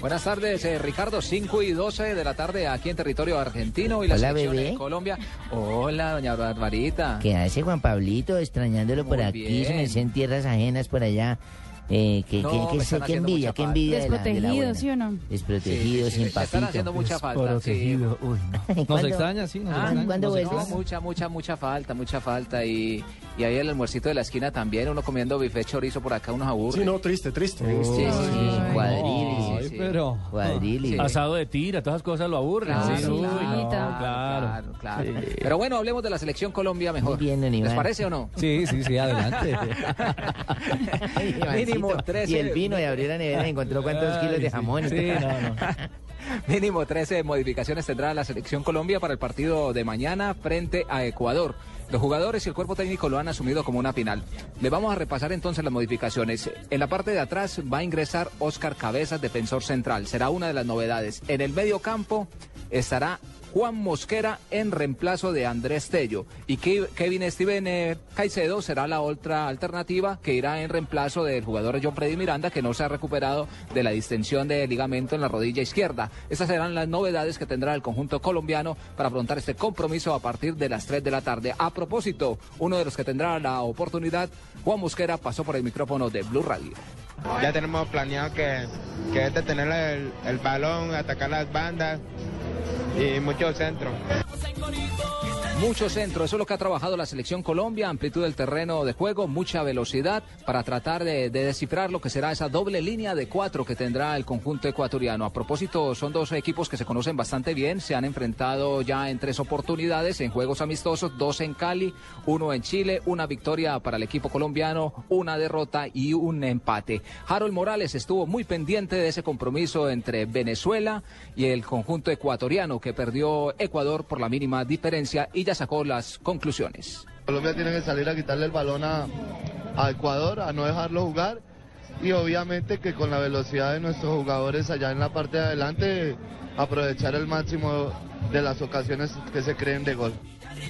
Buenas tardes, Ricardo, 5:12 de la tarde aquí en territorio argentino y la Hola, selección bebé. en Colombia. Hola, doña Barbarita. ¿Qué hace Juan Pablito extrañándolo por Muy aquí? bien. Se me en tierras ajenas por allá. No, me Qué están haciendo envidia, mucha qué envidia de la Desprotegido, buena. ¿sí o no? Desprotegido, sin Me están papito. haciendo mucha falta. Protegido. Uy, no. Nos ¿Cuándo? extraña, sí, nos extraña. ¿Cuándo Nos vuelves? extraña. Mucha falta. Y ahí el almuercito de la esquina también, uno comiendo bife chorizo por acá, unos aburre. Sí, no, triste. Sí, Cuadrilis. Ay, sí. pero Cuadrilis. Sí. asado de tira, todas esas cosas lo aburren. Claro, Sí, sí, uy, no, claro. Claro. Sí. Pero bueno, hablemos de la selección Colombia mejor. Muy bien, don Iván. ¿Les parece o no? Sí, adelante. Ay, Ivancito. Mínimo 13. Y el vino y abrió la nevera y encontró cuántos kilos de jamón. Sí, no. Mínimo 13 modificaciones tendrá la selección Colombia para el partido de mañana frente a Ecuador. Los jugadores y el cuerpo técnico lo han asumido como una final. Le vamos a repasar entonces las modificaciones. En la parte de atrás va a ingresar Óscar Cabezas, defensor central. Será una de las novedades. En el medio campo estará Juan Mosquera en reemplazo de Andrés Tello. Y Kevin Steven Caicedo será la otra alternativa que irá en reemplazo del jugador John Freddy Miranda, que no se ha recuperado de la distensión de ligamento en la rodilla izquierda. Estas serán las novedades que tendrá el conjunto colombiano para afrontar este compromiso a partir de las 3 de la tarde. A propósito, uno de los que tendrá la oportunidad, Juan Mosquera, pasó por el micrófono de Blue Radio. Ya tenemos planeado que es de tener el balón, atacar las bandas y muchos centros. Mucho centro, eso es lo que ha trabajado la selección Colombia, amplitud del terreno de juego, mucha velocidad para tratar de descifrar lo que será esa doble línea de 4 que tendrá el conjunto ecuatoriano. A propósito, son dos equipos que se conocen bastante bien, se han enfrentado ya en 3 oportunidades en juegos amistosos, 2 en Cali, 1 en Chile, una victoria para el equipo colombiano, una derrota y un empate. Harold Morales estuvo muy pendiente de ese compromiso entre Venezuela y el conjunto ecuatoriano que perdió Ecuador por la mínima diferencia y ya sacó las conclusiones. Colombia tiene que salir a quitarle el balón a Ecuador, a no dejarlo jugar y obviamente que con la velocidad de nuestros jugadores allá en la parte de adelante aprovechar el máximo de las ocasiones que se creen de gol.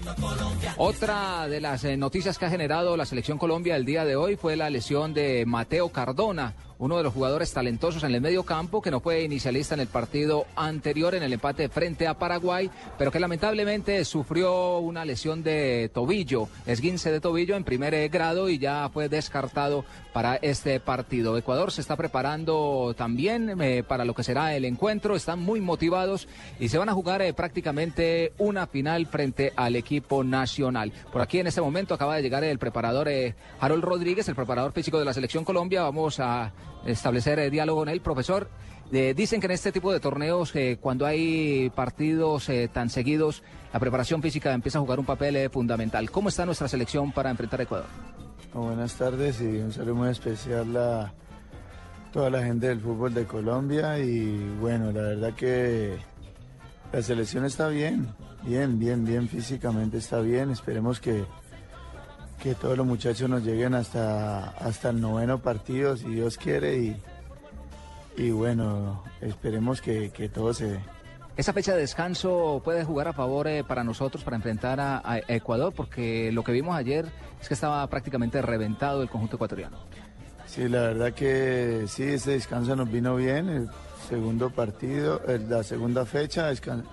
Otra de las noticias que ha generado la selección Colombia el día de hoy fue la lesión de Mateo Cardona, uno de los jugadores talentosos en el medio campo que no fue inicialista en el partido anterior en el empate frente a Paraguay, pero que lamentablemente sufrió una lesión de tobillo, esguince de tobillo en primer grado y ya fue descartado para este partido. Ecuador se está preparando también para lo que será el encuentro, están muy motivados y se van a jugar prácticamente una final frente al equipo nacional. Por aquí en este momento acaba de llegar el preparador Harold Rodríguez, el preparador físico de la selección Colombia. Vamos a establecer diálogo con él. Profesor, dicen que en este tipo de torneos, cuando hay partidos tan seguidos, la preparación física empieza a jugar un papel fundamental. ¿Cómo está nuestra selección para enfrentar a Ecuador? Buenas tardes y un saludo muy especial a toda la gente del fútbol de Colombia. Y bueno, la verdad que la selección está bien físicamente está bien. Esperemos que todos los muchachos nos lleguen hasta el 9º partido, si Dios quiere, y bueno, esperemos que todo se dé. ¿Esa fecha de descanso puede jugar a favor para nosotros para enfrentar a Ecuador? Porque lo que vimos ayer es que estaba prácticamente reventado el conjunto ecuatoriano. Sí, la verdad que sí, ese descanso nos vino bien, el segundo partido, la segunda fecha,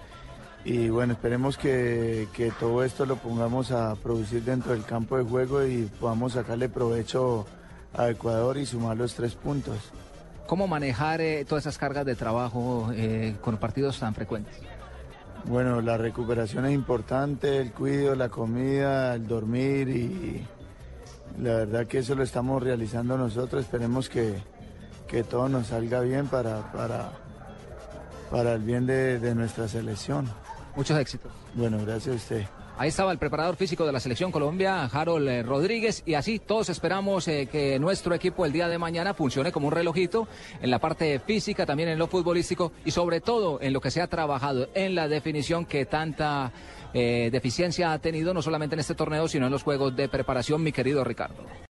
y bueno, esperemos que todo esto lo pongamos a producir dentro del campo de juego y podamos sacarle provecho a Ecuador y sumar los 3 puntos. ¿Cómo manejar todas esas cargas de trabajo con partidos tan frecuentes? Bueno, la recuperación es importante, el cuidado, la comida, el dormir, y la verdad que eso lo estamos realizando nosotros. Esperemos que todo nos salga bien para el bien de nuestra selección. Muchos éxitos. Bueno, gracias a usted. Ahí estaba el preparador físico de la selección Colombia, Harold Rodríguez, y así todos esperamos que nuestro equipo el día de mañana funcione como un relojito en la parte física, también en lo futbolístico y sobre todo en lo que se ha trabajado en la definición que tanta deficiencia ha tenido no solamente en este torneo sino en los juegos de preparación, mi querido Ricardo.